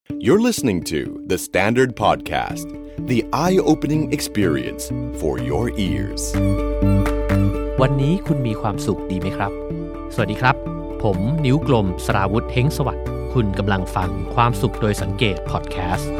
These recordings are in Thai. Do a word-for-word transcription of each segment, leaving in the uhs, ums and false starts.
You're listening to The Standard Podcast, the eye-opening experience for your ears. วันนี้คุณมีความสุขดีไหมครับสวัสดีครับผมนิ้วกลมสราวุธเฮงสวัสดิ์คุณกำลังฟังความสุขโดยสังเกตพอดแคสต์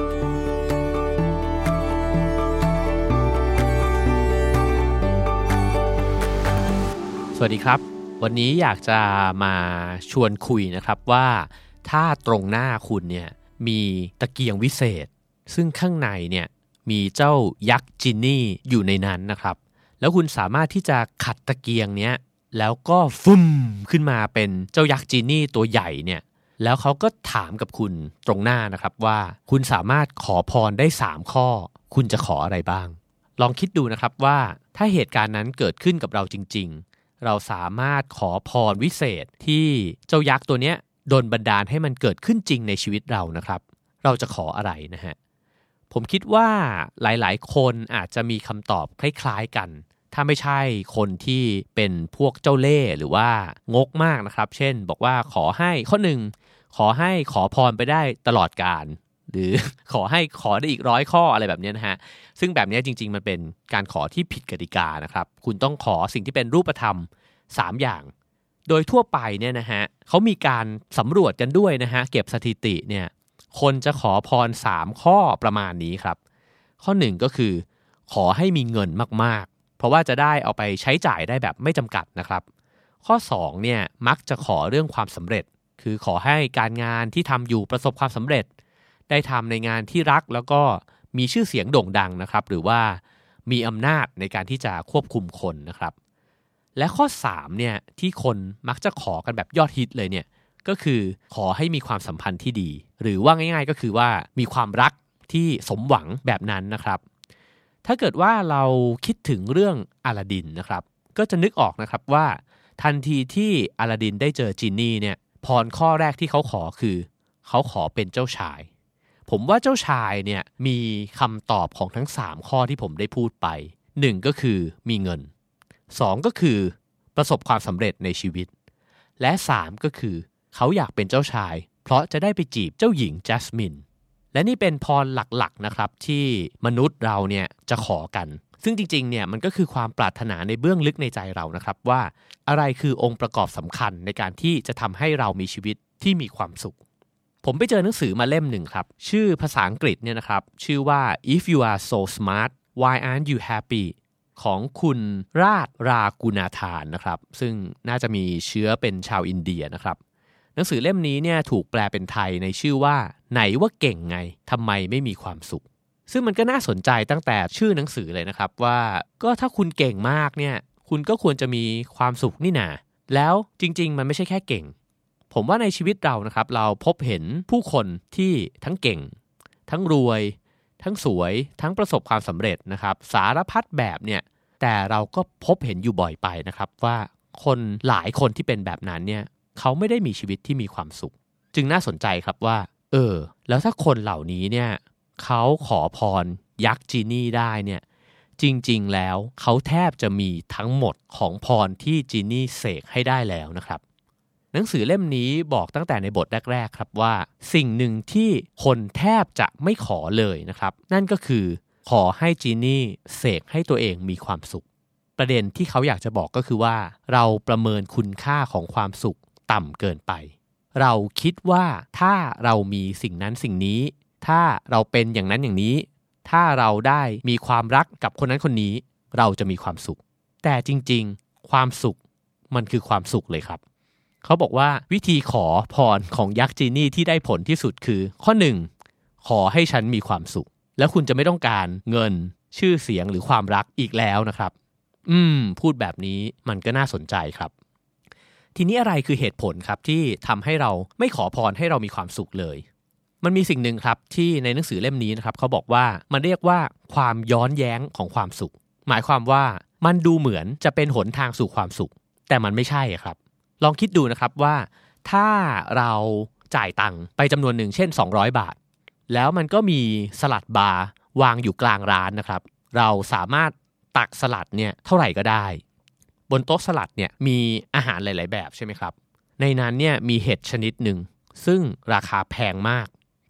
สวัสดีครับวันนี้อยากจะมาชวนคุยนะครับว่าถ้าตรงหน้าคุณเนี่ยมีตะเกียงวิเศษซึ่งข้างในเนี่ยมีเจ้ายักษ์จินนี่อยู่ในนั้นนะครับแล้วคุณสามารถที่จะขัดตะเกียงเนี้ยแล้วก็ฟึ่มขึ้นมาเป็นเจ้ายักษ์จินนี่ตัวใหญ่เนี่ยแล้วเขาก็ถามกับคุณตรงหน้านะครับว่าคุณสามารถขอพรได้สามข้อคุณจะขออะไรบ้างลองคิดดูนะครับว่าถ้าเหตุการณ์นั้นเกิดขึ้นกับเราจริงๆเราสามารถขอพรวิเศษที่เจ้ายักษ์ตัวเนี้ยโดนบันดาลให้มันเกิดขึ้นจริงในชีวิตเรานะครับเราจะขออะไรนะฮะผมคิดว่าหลายๆคนอาจจะมีคำตอบคล้ายๆกันถ้าไม่ใช่คนที่เป็นพวกเจ้าเล่ห์หรือว่างกมากนะครับเช่นบอกว่าขอให้ข้อหนึ่งขอให้ขอพรไปได้ตลอดกาลหรือขอให้ขอได้อีกร้อยข้ออะไรแบบนี้นะฮะซึ่งแบบนี้จริงๆมันเป็นการขอที่ผิดกติกานะครับคุณต้องขอสิ่งที่เป็นรูปธรรมสามอย่างโดยทั่วไปเนี่ยนะฮะเขามีการสำรวจกันด้วยนะฮะเก็บสถิติเนี่ยคนจะขอพรสามข้อประมาณนี้ครับข้อหนึ่งก็คือขอให้มีเงินมากๆเพราะว่าจะได้เอาไปใช้จ่ายได้แบบไม่จำกัดนะครับข้อสองเนี่ยมักจะขอเรื่องความสำเร็จคือขอให้การงานที่ทำอยู่ประสบความสำเร็จได้ทำในงานที่รักแล้วก็มีชื่อเสียงโด่งดังนะครับหรือว่ามีอำนาจในการที่จะควบคุมคนนะครับและข้อสามเนี่ยที่คนมักจะขอกันแบบยอดฮิตเลยเนี่ยก็คือขอให้มีความสัมพันธ์ที่ดีหรือว่าง่ายๆก็คือว่ามีความรักที่สมหวังแบบนั้นนะครับถ้าเกิดว่าเราคิดถึงเรื่องอลาดินนะครับก็จะนึกออกนะครับว่าทันทีที่อลาดินได้เจอจินนี่เนี่ยพรข้อแรกที่เขาขอคือเขาขอเป็นเจ้าชายผมว่าเจ้าชายเนี่ยมีคำตอบของทั้งสามข้อที่ผมได้พูดไปหนึ่งก็คือมีเงินสองก็คือประสบความสำเร็จในชีวิตและสามก็คือเขาอยากเป็นเจ้าชายเพราะจะได้ไปจีบเจ้าหญิงจัสมินและนี่เป็นพรหลักๆนะครับที่มนุษย์เราเนี่ยจะขอกันซึ่งจริงๆเนี่ยมันก็คือความปรารถนาในเบื้องลึกในใจเรานะครับว่าอะไรคือองค์ประกอบสำคัญในการที่จะทำให้เรามีชีวิตที่มีความสุขผมไปเจอหนังสือมาเล่มหนึ่งครับชื่อภาษาอังกฤษเนี่ยนะครับชื่อว่า If You Are So Smart Why Aren't You Happyของคุณราชรากุณาธานนะครับซึ่งน่าจะมีเชื้อเป็นชาวอินเดียนะครับหนังสือเล่มนี้เนี่ยถูกแปลเป็นไทยในชื่อว่าไหนว่าเก่งไงทำไมไม่มีความสุขซึ่งมันก็น่าสนใจตั้งแต่ชื่อหนังสือเลยนะครับว่าก็ถ้าคุณเก่งมากเนี่ยคุณก็ควรจะมีความสุขนี่นาแล้วจริงๆมันไม่ใช่แค่เก่งผมว่าในชีวิตเรานะครับเราพบเห็นผู้คนที่ทั้งเก่งทั้งรวยทั้งสวยทั้งประสบความสำเร็จนะครับสารพัดแบบเนี่ยแต่เราก็พบเห็นอยู่บ่อยไปนะครับว่าคนหลายคนที่เป็นแบบนั้นเนี่ยเขาไม่ได้มีชีวิตที่มีความสุขจึงน่าสนใจครับว่าเออแล้วถ้าคนเหล่านี้เนี่ยเขาขอพรยักษ์จีนี่ได้เนี่ยจริงๆแล้วเขาแทบจะมีทั้งหมดของพรที่จีนี่เสกให้ได้แล้วนะครับหนังสือเล่มนี้บอกตั้งแต่ในบทแรกๆครับว่าสิ่งหนึ่งที่คนแทบจะไม่ขอเลยนะครับนั่นก็คือขอให้จีนี่เสกให้ตัวเองมีความสุขประเด็นที่เขาอยากจะบอกก็คือว่าเราประเมินคุณค่าของความสุขต่ำเกินไปเราคิดว่าถ้าเรามีสิ่งนั้นสิ่งนี้ถ้าเราเป็นอย่างนั้นอย่างนี้ถ้าเราได้มีความรักกับคนนั้นคนนี้เราจะมีความสุขแต่จริงๆความสุขมันคือความสุขเลยครับเขาบอกว่าวิธีขอพรของยักษ์จีนี่ที่ได้ผลที่สุดคือข้อหนึ่งขอให้ฉันมีความสุขแล้วคุณจะไม่ต้องการเงินชื่อเสียงหรือความรักอีกแล้วนะครับอืมพูดแบบนี้มันก็น่าสนใจครับทีนี้อะไรคือเหตุผลครับที่ทำให้เราไม่ขอพรให้เรามีความสุขเลยมันมีสิ่งหนึ่งครับที่ในหนังสือเล่มนี้นะครับเขาบอกว่ามันเรียกว่าความย้อนแย้งของความสุขหมายความว่ามันดูเหมือนจะเป็นหนทางสู่ความสุขแต่มันไม่ใช่ครับลองคิดดูนะครับว่าถ้าเราจ่ายตังค์ไปจำนวนหนึ่งเช่นสองร้อยบาทแล้วมันก็มีสลัดบาร์วางอยู่กลางร้านนะครับเราสามารถตักสลัดเนี่ยเท่าไหร่ก็ได้บนโต๊ะสลัดเนี่ยมีอาหารหลายๆแบบใช่ไหมครับในนั้นเนี่ยมีเห็ดชนิดหนึ่งซึ่งราคาแพงมาก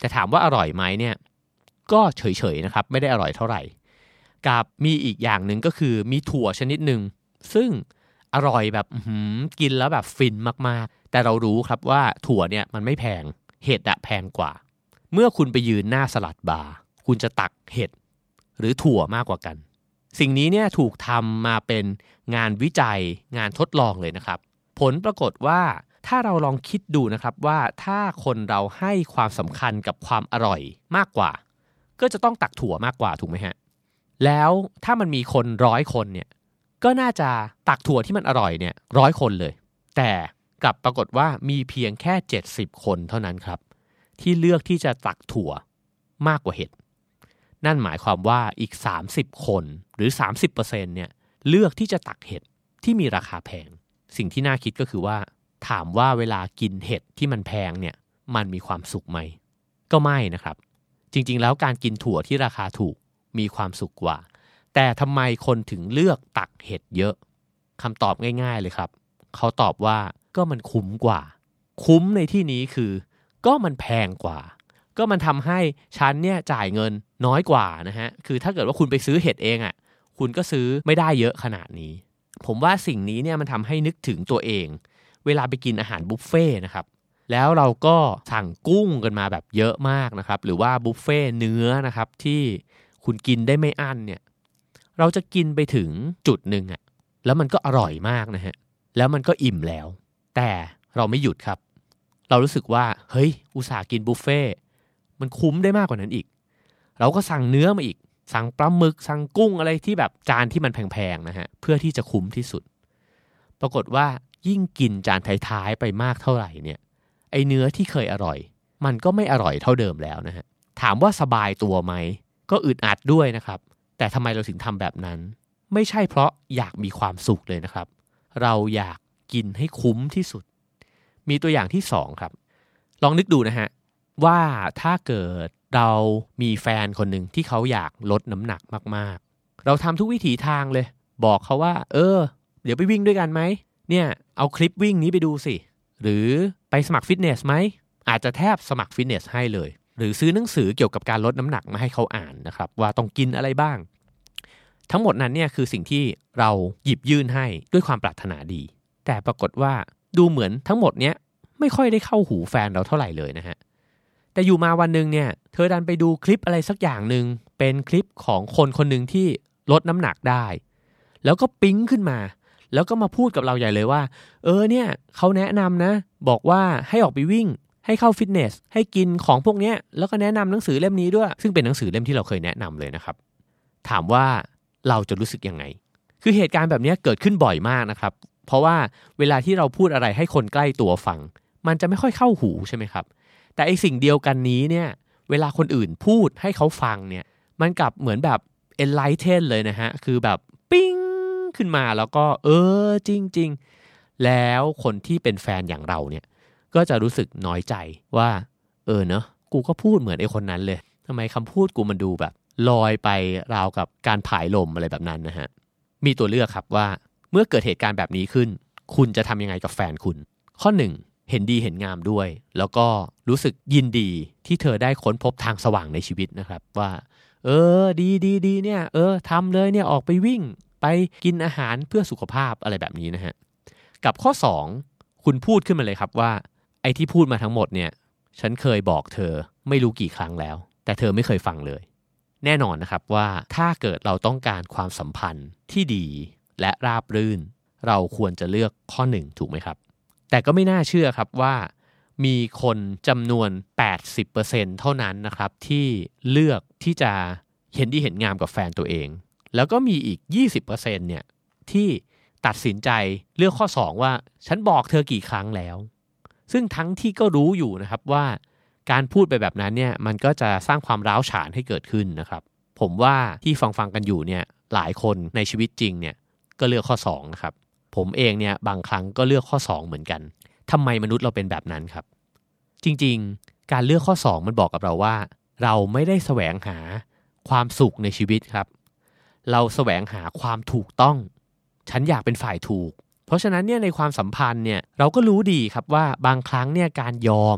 แต่ถามว่าอร่อยไหมเนี่ยก็เฉยๆนะครับไม่ได้อร่อยเท่าไหร่กับมีอีกอย่างหนึ่งก็คือมีถั่วชนิดหนึ่งซึ่งอร่อยแบบกินแล้วแบบฟินมากๆแต่เรารู้ครับว่าถั่วเนี่ยมันไม่แพงเห็ดอะแพงกว่าเมื่อคุณไปยืนหน้าสลัดบาร์คุณจะตักเห็ดหรือถั่วมากกว่ากันสิ่งนี้เนี่ยถูกทำมาเป็นงานวิจัยงานทดลองเลยนะครับผลปรากฏว่าถ้าเราลองคิดดูนะครับว่าถ้าคนเราให้ความสำคัญกับความอร่อยมากกว่าก็จะต้องตักถั่วมากกว่าถูกไหมฮะแล้วถ้ามันมีคนร้อยคนเนี่ยก็น่าจะตักถั่วที่มันอร่อยเนี่ยร้อยคนเลยแต่กลับปรากฏว่ามีเพียงแค่เจ็ดสิบคนเท่านั้นครับที่เลือกที่จะตักถั่วมากกว่าเห็ดนั่นหมายความว่าอีกสามสิบคนหรือ สามสิบเปอร์เซ็นต์ เนี่ยเลือกที่จะตักเห็ดที่มีราคาแพงสิ่งที่น่าคิดก็คือว่าถามว่าเวลากินเห็ดที่มันแพงเนี่ยมันมีความสุขไหมก็ไม่นะครับจริงๆแล้วการกินถั่วที่ราคาถูกมีความสุขกว่าแต่ทำไมคนถึงเลือกตักเห็ดเยอะคำตอบง่ายๆเลยครับเขาตอบว่าก็มันคุ้มกว่าคุ้มในที่นี้คือก็มันแพงกว่าก็มันทำให้ฉันเนี่ยจ่ายเงินน้อยกว่านะฮะคือถ้าเกิดว่าคุณไปซื้อเห็ดเองอ่ะคุณก็ซื้อไม่ได้เยอะขนาดนี้ผมว่าสิ่งนี้เนี่ยมันทำให้นึกถึงตัวเองเวลาไปกินอาหารบุฟเฟ่นะครับแล้วเราก็สั่งกุ้งกันมาแบบเยอะมากนะครับหรือว่าบุฟเฟ่เนื้อนะครับที่คุณกินได้ไม่อั้นเนี่ยเราจะกินไปถึงจุดหนึ่งอ่ะแล้วมันก็อร่อยมากนะฮะแล้วมันก็อิ่มแล้วแต่เราไม่หยุดครับเรารู้สึกว่าเฮ้ยอุตส่าห์กินบุฟเฟ่มันคุ้มได้มากกว่านั้นอีกเราก็สั่งเนื้อมาอีกสั่งปลาหมึกสั่งกุ้งอะไรที่แบบจานที่มันแพงๆนะฮะเพื่อที่จะคุ้มที่สุดปรากฏว่ายิ่งกินจานท้ายๆไปมากเท่าไหร่เนี่ยไอเนื้อที่เคยอร่อยมันก็ไม่อร่อยเท่าเดิมแล้วนะฮะถามว่าสบายตัวไหมก็อึดอัดด้วยนะครับแต่ทำไมเราถึงทำแบบนั้นไม่ใช่เพราะอยากมีความสุขเลยนะครับเราอยากกินให้คุ้มที่สุดมีตัวอย่างที่สองครับลองนึกดูนะฮะว่าถ้าเกิดเรามีแฟนคนหนึ่งที่เขาอยากลดน้ำหนักมากๆเราทำทุกวิถีทางเลยบอกเขาว่าเออเดี๋ยวไปวิ่งด้วยกันไหมเนี่ยเอาคลิปวิ่งนี้ไปดูสิหรือไปสมัครฟิตเนสไหมอาจจะแทบสมัครฟิตเนสให้เลยหรือซื้อหนังสือเกี่ยวกับการลดน้ำหนักมาให้เขาอ่านนะครับว่าต้องกินอะไรบ้างทั้งหมดนั้นเนี่ยคือสิ่งที่เราหยิบยื่นให้ด้วยความปรารถนาดีแต่ปรากฏว่าดูเหมือนทั้งหมดเนี้ยไม่ค่อยได้เข้าหูแฟนเราเท่าไหร่เลยนะฮะแต่อยู่มาวันนึงเนี่ยเธอดันไปดูคลิปอะไรสักอย่างนึงเป็นคลิปของคนคนนึงที่ลดน้ำหนักได้แล้วก็ปิ๊งขึ้นมาแล้วก็มาพูดกับเราใหญ่เลยว่าเออเนี่ยเขาแนะนำนะบอกว่าให้ออกไปวิ่งให้เข้าฟิตเนสให้กินของพวกเนี้ยแล้วก็แนะนำหนังสือเล่มนี้ด้วยซึ่งเป็นหนังสือเล่มที่เราเคยแนะนำเลยนะครับถามว่าเราจะรู้สึกยังไงคือเหตุการณ์แบบนี้เกิดขึ้นบ่อยมากนะครับเพราะว่าเวลาที่เราพูดอะไรให้คนใกล้ตัวฟังมันจะไม่ค่อยเข้าหูใช่ไหมครับแต่ไอสิ่งเดียวกันนี้เนี่ยเวลาคนอื่นพูดให้เขาฟังเนี่ยมันกลับเหมือนแบบ enlighten เลยนะฮะคือแบบปิ้งขึ้นมาแล้วก็เออจริงๆแล้วคนที่เป็นแฟนอย่างเราเนี่ยก็จะรู้สึกน้อยใจว่าเออเนอะกูก็พูดเหมือนไอ้คนนั้นเลยทำไมคำพูดกูมันดูแบบลอยไปราวกับการผายลมอะไรแบบนั้นนะฮะมีตัวเลือกครับว่าเมื่อเกิดเหตุการณ์แบบนี้ขึ้นคุณจะทำยังไงกับแฟนคุณข้อหนึ่งเห็นดีเห็นงามด้วยแล้วก็รู้สึกยินดีที่เธอได้ค้นพบทางสว่างในชีวิตนะครับว่าเออดีดีดีเนี่ยเออทำเลยเนี่ยออกไปวิ่งไปกินอาหารเพื่อสุขภาพอะไรแบบนี้นะฮะกับข้อสองคุณพูดขึ้นมาเลยครับว่าไอ้ที่พูดมาทั้งหมดเนี่ยฉันเคยบอกเธอไม่รู้กี่ครั้งแล้วแต่เธอไม่เคยฟังเลยแน่นอนนะครับว่าถ้าเกิดเราต้องการความสัมพันธ์ที่ดีและราบรื่นเราควรจะเลือกข้อหนึ่งถูกไหมครับแต่ก็ไม่น่าเชื่อครับว่ามีคนจำนวน แปดสิบเปอร์เซ็นต์ เท่านั้นนะครับที่เลือกที่จะเห็นดีเห็นงามกับแฟนตัวเองแล้วก็มีอีก ยี่สิบเปอร์เซ็นต์ เนี่ยที่ตัดสินใจเลือกข้อสองว่าฉันบอกเธอกี่ครั้งแล้วซึ่งทั้งที่ก็รู้อยู่นะครับว่าการพูดไปแบบนั้นเนี่ยมันก็จะสร้างความร้าวฉานให้เกิดขึ้นนะครับผมว่าที่ฟังฟังกันอยู่เนี่ยหลายคนในชีวิตจริงเนี่ยก็เลือกข้อสองนะครับผมเองเนี่ยบางครั้งก็เลือกข้อสองเหมือนกันทำไมมนุษย์เราเป็นแบบนั้นครับจริงๆการเลือกข้อสองมันบอกกับเราว่าเราไม่ได้แสวงหาความสุขในชีวิตครับเราแสวงหาความถูกต้องฉันอยากเป็นฝ่ายถูกเพราะฉะนั้นเนี่ยในความสัมพันธ์เนี่ยเราก็รู้ดีครับว่าบางครั้งเนี่ยการยอม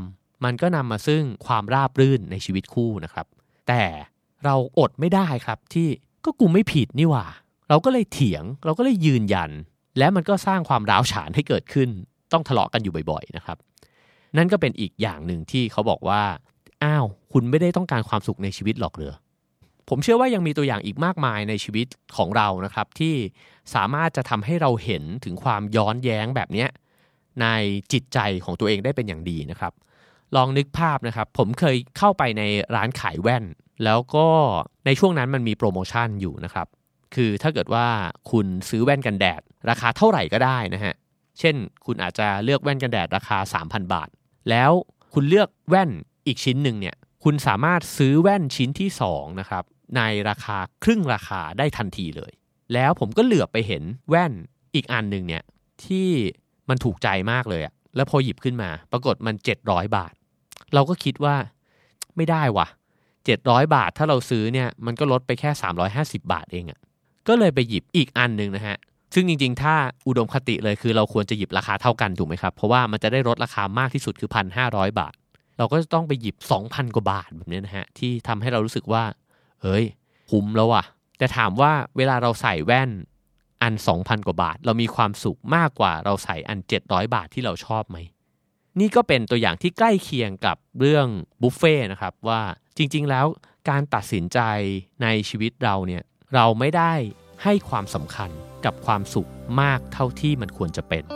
มันก็นำมาซึ่งความราบรื่นในชีวิตคู่นะครับแต่เราอดไม่ได้ครับที่ก็กูไม่ผิดนี่หว่าเราก็เลยเถียงเราก็เลยยืนยันและมันก็สร้างความร้าวฉานให้เกิดขึ้นต้องทะเลาะกันอยู่บ่อยๆนะครับนั่นก็เป็นอีกอย่างหนึ่งที่เขาบอกว่าอ้าวคุณไม่ได้ต้องการความสุขในชีวิตหรอกเหรอผมเชื่อว่ายังมีตัวอย่างอีกมากมายในชีวิตของเรานะครับที่สามารถจะทำให้เราเห็นถึงความย้อนแย้งแบบนี้ในจิตใจของตัวเองได้เป็นอย่างดีนะครับลองนึกภาพนะครับผมเคยเข้าไปในร้านขายแว่นแล้วก็ในช่วงนั้นมันมีโปรโมชั่นอยู่นะครับคือถ้าเกิดว่าคุณซื้อแว่นกันแดดราคาเท่าไหร่ก็ได้นะฮะเช่นคุณอาจจะเลือกแว่นกันแดดราคา สามพัน บาทแล้วคุณเลือกแว่นอีกชิ้นหนึ่งเนี่ยคุณสามารถซื้อแว่นชิ้นที่สองนะครับในราคาครึ่งราคาได้ทันทีเลยแล้วผมก็เหลือบไปเห็นแว่นอีกอันนึงเนี่ยที่มันถูกใจมากเลยอะแล้วพอหยิบขึ้นมาปรากฏมันเจ็ดร้อยบาทเราก็คิดว่าไม่ได้ว่ะเจ็ดร้อยบาทถ้าเราซื้อเนี่ยมันก็ลดไปแค่สามร้อยห้าสิบบาทเองอะก็เลยไปหยิบอีกอันนึงนะฮะซึ่งจริงๆถ้าอุดมคติเลยคือเราควรจะหยิบราคาเท่ากันถูกไหมครับเพราะว่ามันจะได้ลดราคามากที่สุดคือ หนึ่งพันห้าร้อย บาทเราก็จะต้องไปหยิบ สองพัน กว่าบาทแบบนี้นะฮะที่ทำให้เรารู้สึกว่าเฮ้ยคุ้มแล้วว่ะแต่ถามว่าเวลาเราใส่แว่นอัน สองพัน กว่าบาทเรามีความสุขมากกว่าเราใส่อันเจ็ดร้อยบาทที่เราชอบไหมนี่ก็เป็นตัวอย่างที่ใกล้เคียงกับเรื่องบุฟเฟ่นะครับว่าจริงๆแล้วการตัดสินใจในชีวิตเราเนี่ยเราไม่ได้ให้ความสำคัญกับความสุขมากเท่าที่มันควรจะเป็น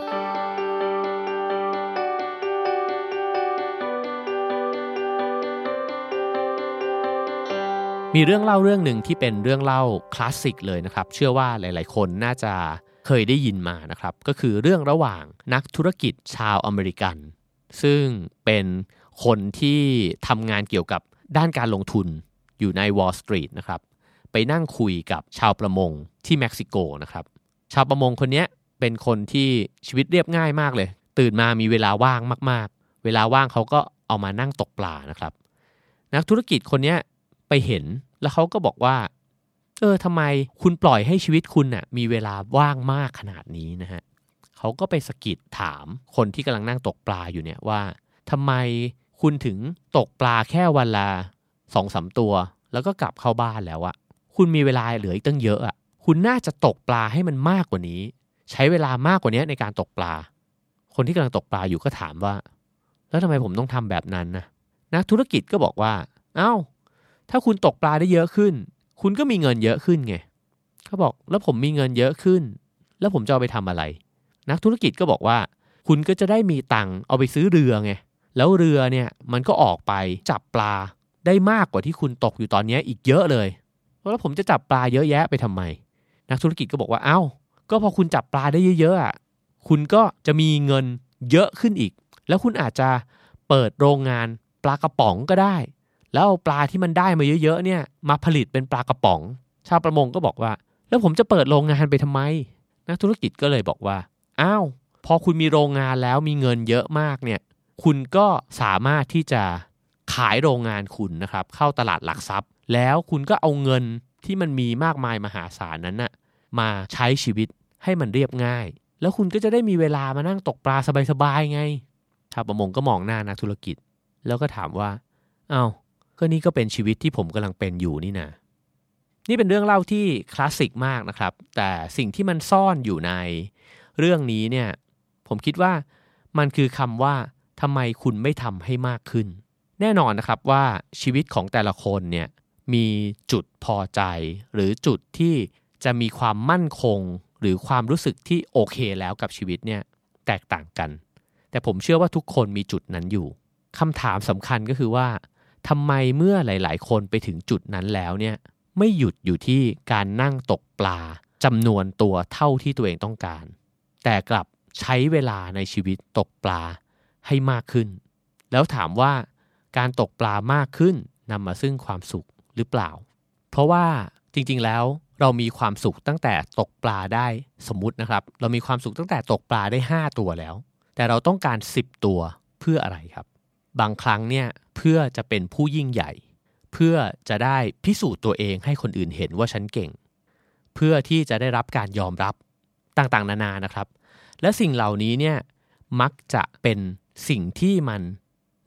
มีเรื่องเล่าเรื่องหนึ่งที่เป็นเรื่องเล่าคลาสสิกเลยนะครับเชื่อว่าหลายๆคนน่าจะเคยได้ยินมานะครับก็คือเรื่องระหว่างนักธุรกิจชาวอเมริกันซึ่งเป็นคนที่ทำงานเกี่ยวกับด้านการลงทุนอยู่ใน Wall Street นะครับไปนั่งคุยกับชาวประมงที่เม็กซิโกนะครับชาวประมงคนนี้เป็นคนที่ชีวิตเรียบง่ายมากเลยตื่นมามีเวลาว่างมากๆเวลาว่างเขาก็เอามานั่งตกปลานะครับนักธุรกิจคนนี้ไปเห็นแล้วเขาก็บอกว่าเออทำไมคุณปล่อยให้ชีวิตคุณน่ะมีเวลาว่างมากขนาดนี้นะฮะเขาก็ไปสะกิดถามคนที่กำลังนั่งตกปลาอยู่เนี่ยว่าทำไมคุณถึงตกปลาแค่วันละ สองถึงสาม ตัวแล้วก็กลับเข้าบ้านแล้วอะคุณมีเวลาเหลืออีกตั้งเยอะอะคุณน่าจะตกปลาให้มันมากกว่านี้ใช้เวลามากกว่านี้ในการตกปลาคนที่กำลังตกปลาอยู่ก็ถามว่าแล้วทำไมผมต้องทำแบบนั้นนะนักธุรกิจก็บอกว่าเอ้าถ้าคุณตกปลาได้เยอะขึ้นคุณก็มีเงินเยอะขึ้นไงเขาบอกแล้วผมมีเงินเยอะขึ้นแล้วผมจะเอาไปทำอะไรนักธุรกิจก็บอกว่าคุณก็จะได้มีตังค์เอาไปซื้อเรือไงแล้วเรือเนี่ยมันก็ออกไปจับปลาได้มากกว่าที่คุณตกอยู่ตอนนี้อีกเยอะเลยแล้วผมจะจับปลาเยอะแยะไปทำไมนักธุรกิจก็บอกว่าเอ้าก็พอคุณจับปลาได้เยอะๆอ่ะคุณก็จะมีเงินเยอะขึ้นอีกแล้วคุณอาจจะเปิดโรงงานปลากระป๋องก็ได้แล้วเอาปลาที่มันได้มาเยอะๆเนี่ยมาผลิตเป็นปลากระป๋องชาวประมงก็บอกว่าแล้วผมจะเปิดโรงงานไปทำไมนักธุรกิจก็เลยบอกว่าอ้าวพอคุณมีโรงงานแล้วมีเงินเยอะมากเนี่ยคุณก็สามารถที่จะขายโรงงานคุณนะครับเข้าตลาดหลักทรัพย์แล้วคุณก็เอาเงินที่มันมีมากมายมหาศาลนั้นน่ะมาใช้ชีวิตให้มันเรียบง่ายแล้วคุณก็จะได้มีเวลามานั่งตกปลาสบายๆไงชาวประมงก็มองหน้านักธุรกิจแล้วก็ถามว่าอ้าวก็นี่ก็เป็นชีวิตที่ผมกำลังเป็นอยู่นี่นะนี่เป็นเรื่องเล่าที่คลาสสิกมากนะครับแต่สิ่งที่มันซ่อนอยู่ในเรื่องนี้เนี่ยผมคิดว่ามันคือคำว่าทำไมคุณไม่ทำให้มากขึ้นแน่นอนนะครับว่าชีวิตของแต่ละคนเนี่ยมีจุดพอใจหรือจุดที่จะมีความมั่นคงหรือความรู้สึกที่โอเคแล้วกับชีวิตเนี่ยแตกต่างกันแต่ผมเชื่อว่าทุกคนมีจุดนั้นอยู่คำถามสำคัญก็คือว่าทำไมเมื่อหลายๆคนไปถึงจุดนั้นแล้วเนี่ยไม่หยุดอยู่ที่การนั่งตกปลาจำนวนตัวเท่าที่ตัวเองต้องการแต่กลับใช้เวลาในชีวิตตกปลาให้มากขึ้นแล้วถามว่าการตกปลามากขึ้นนำมาซึ่งความสุขหรือเปล่าเพราะว่าจริงๆแล้วเรามีความสุขตั้งแต่ตกปลาได้สมมุตินะครับเรามีความสุขตั้งแต่ตกปลาได้ห้าตัวแล้วแต่เราต้องการสิบตัวเพื่ออะไรครับบางครั้งเนี่ยเพื่อจะเป็นผู้ยิ่งใหญ่เพื่อจะได้พิสูจน์ตัวเองให้คนอื่นเห็นว่าฉันเก่งเพื่อที่จะได้รับการยอมรับต่างๆนานานะครับและสิ่งเหล่านี้เนี่ยมักจะเป็นสิ่งที่มัน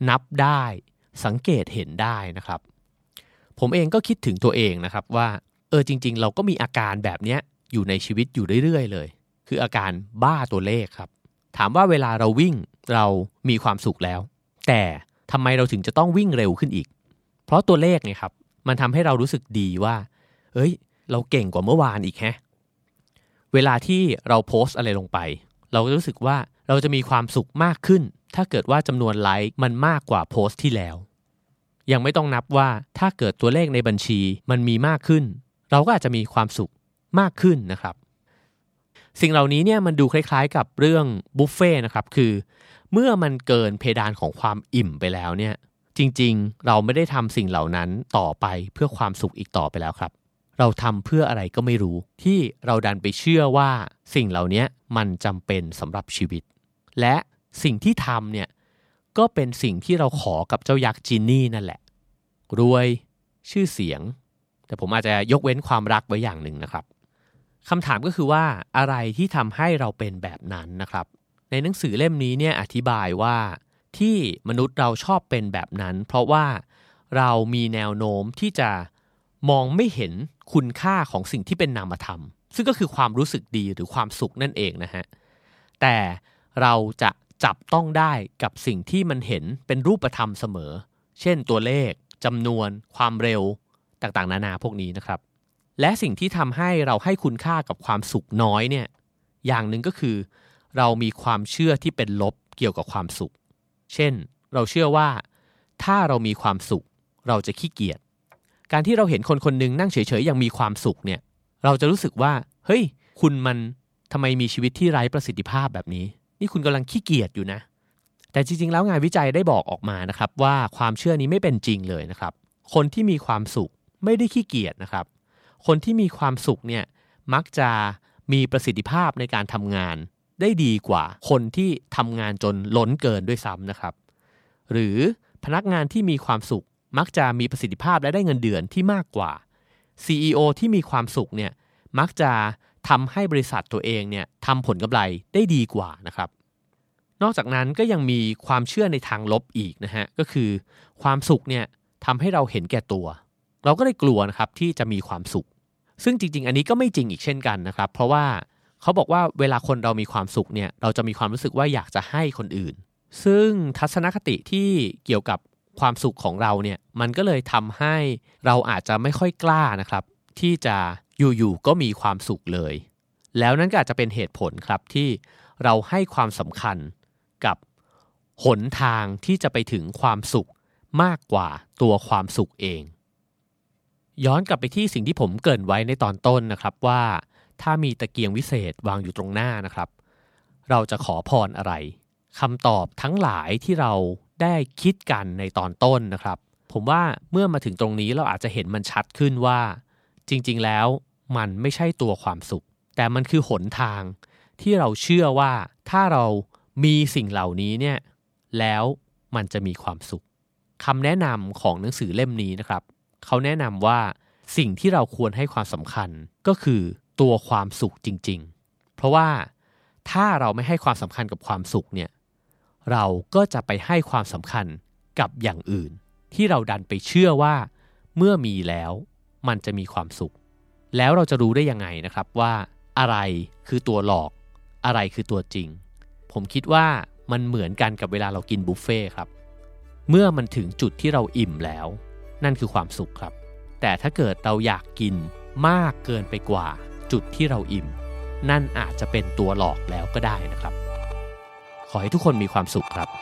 นับได้สังเกตเห็นได้นะครับผมเองก็คิดถึงตัวเองนะครับว่าเออจริงๆเราก็มีอาการแบบเนี้ยอยู่ในชีวิตอยู่เรื่อยๆเลยคืออาการบ้าตัวเลขครับถามว่าเวลาเราวิ่งเรามีความสุขแล้วแต่ทำไมเราถึงจะต้องวิ่งเร็วขึ้นอีกเพราะตัวเลขไงครับมันทำให้เรารู้สึกดีว่าเอ้ยเราเก่งกว่าเมื่อวานอีกแฮะเวลาที่เราโพสต์อะไรลงไปเราก็รู้สึกว่าเราจะมีความสุขมากขึ้นถ้าเกิดว่าจำนวนไลค์มันมากกว่าโพสต์ที่แล้วยังไม่ต้องนับว่าถ้าเกิดตัวเลขในบัญชีมันมีมากขึ้นเราก็อาจจะมีความสุขมากขึ้นนะครับสิ่งเหล่านี้เนี่ยมันดูคล้ายๆกับเรื่องบุฟเฟ่นะครับคือเมื่อมันเกินเพดานของความอิ่มไปแล้วเนี่ยจริงๆเราไม่ได้ทำสิ่งเหล่านั้นต่อไปเพื่อความสุขอีกต่อไปแล้วครับเราทำเพื่ออะไรก็ไม่รู้ที่เราดันไปเชื่อว่าสิ่งเหล่านี้มันจำเป็นสำหรับชีวิตและสิ่งที่ทำเนี่ยก็เป็นสิ่งที่เราขอกับเจ้ายักษ์จีนี่นั่นแหละรวยชื่อเสียงแต่ผมอาจจะยกเว้นความรักไว้อย่างหนึ่งนะครับคำถามก็คือว่าอะไรที่ทำให้เราเป็นแบบนั้นนะครับในหนังสือเล่มนี้เนี่ยอธิบายว่าที่มนุษย์เราชอบเป็นแบบนั้นเพราะว่าเรามีแนวโน้มที่จะมองไม่เห็นคุณค่าของสิ่งที่เป็นนามธรรมซึ่งก็คือความรู้สึกดีหรือความสุขนั่นเองนะฮะแต่เราจะจับต้องได้กับสิ่งที่มันเห็นเป็นรูปธรรมเสมอเช่นตัวเลขจำนวนความเร็วต่างๆนานาพวกนี้นะครับและสิ่งที่ทำให้เราให้คุณค่ากับความสุขน้อยเนี่ยอย่างหนึ่งก็คือเรามีความเชื่อที่เป็นลบเกี่ยวกับความสุขเช่นเราเชื่อว่าถ้าเรามีความสุขเราจะขี้เกียจการที่เราเห็นคนคนนึงนั่งเฉยๆอย่างมีความสุขเนี่ยเราจะรู้สึกว่าเฮ้ยคุณมันทำไมมีชีวิตที่ไร้ประสิทธิภาพแบบนี้นี่คุณกำลังขี้เกียจอยู่นะแต่จริงๆแล้วงานวิจัยได้บอกออกมานะครับว่าความเชื่อนี้ไม่เป็นจริงเลยนะครับคนที่มีความสุขไม่ได้ขี้เกียจนะครับคนที่มีความสุขเนี่ยมักจะมีประสิทธิภาพในการทำงานได้ดีกว่าคนที่ทำงานจนล้นเกินด้วยซ้ำนะครับหรือพนักงานที่มีความสุขมักจะมีประสิทธิภาพและได้เงินเดือนที่มากกว่า ซี อี โอ ที่มีความสุขเนี่ยมักจะทำให้บริษัทตัวเองเนี่ยทำผลกำไรได้ดีกว่านะครับนอกจากนั้นก็ยังมีความเชื่อในทางลบอีกนะฮะก็คือความสุขเนี่ยทำให้เราเห็นแก่ตัวเราก็เลยกลัวนะครับที่จะมีความสุขซึ่งจริงๆอันนี้ก็ไม่จริงอีกเช่นกันนะครับเพราะว่าเขาบอกว่าเวลาคนเรามีความสุขเนี่ยเราจะมีความรู้สึกว่าอยากจะให้คนอื่นซึ่งทัศนคติที่เกี่ยวกับความสุขของเราเนี่ยมันก็เลยทำให้เราอาจจะไม่ค่อยกล้านะครับที่จะอยู่ๆก็มีความสุขเลยแล้วนั่นก็อาจจะเป็นเหตุผลครับที่เราให้ความสำคัญกับหนทางที่จะไปถึงความสุขมากกว่าตัวความสุขเองย้อนกลับไปที่สิ่งที่ผมเกริ่นไว้ในตอนต้นนะครับว่าถ้ามีตะเกียงวิเศษวางอยู่ตรงหน้านะครับเราจะขอพรอะไรคำตอบทั้งหลายที่เราได้คิดกันในตอนต้นนะครับผมว่าเมื่อมาถึงตรงนี้เราอาจจะเห็นมันชัดขึ้นว่าจริงๆแล้วมันไม่ใช่ตัวความสุขแต่มันคือหนทางที่เราเชื่อว่าถ้าเรามีสิ่งเหล่านี้เนี่ยแล้วมันจะมีความสุขคำแนะนำของหนังสือเล่มนี้นะครับเขาแนะนำว่าสิ่งที่เราควรให้ความสำคัญก็คือตัวความสุขจริงๆเพราะว่าถ้าเราไม่ให้ความสำคัญกับความสุขเนี่ยเราก็จะไปให้ความสำคัญกับอย่างอื่นที่เราดันไปเชื่อว่าเมื่อมีแล้วมันจะมีความสุขแล้วเราจะรู้ได้ยังไงนะครับว่าอะไรคือตัวหลอกอะไรคือตัวจริงผมคิดว่ามันเหมือนกันกับเวลาเรากินบุฟเฟ่ครับเมื่อมันถึงจุดที่เราอิ่มแล้วนั่นคือความสุขครับแต่ถ้าเกิดเราอยากกินมากเกินไปกว่าจุดที่เราอิ่มนั่นอาจจะเป็นตัวหลอกแล้วก็ได้นะครับขอให้ทุกคนมีความสุขครับ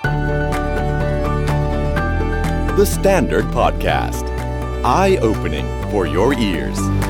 The Standard Podcast Eye Opening for Your Ears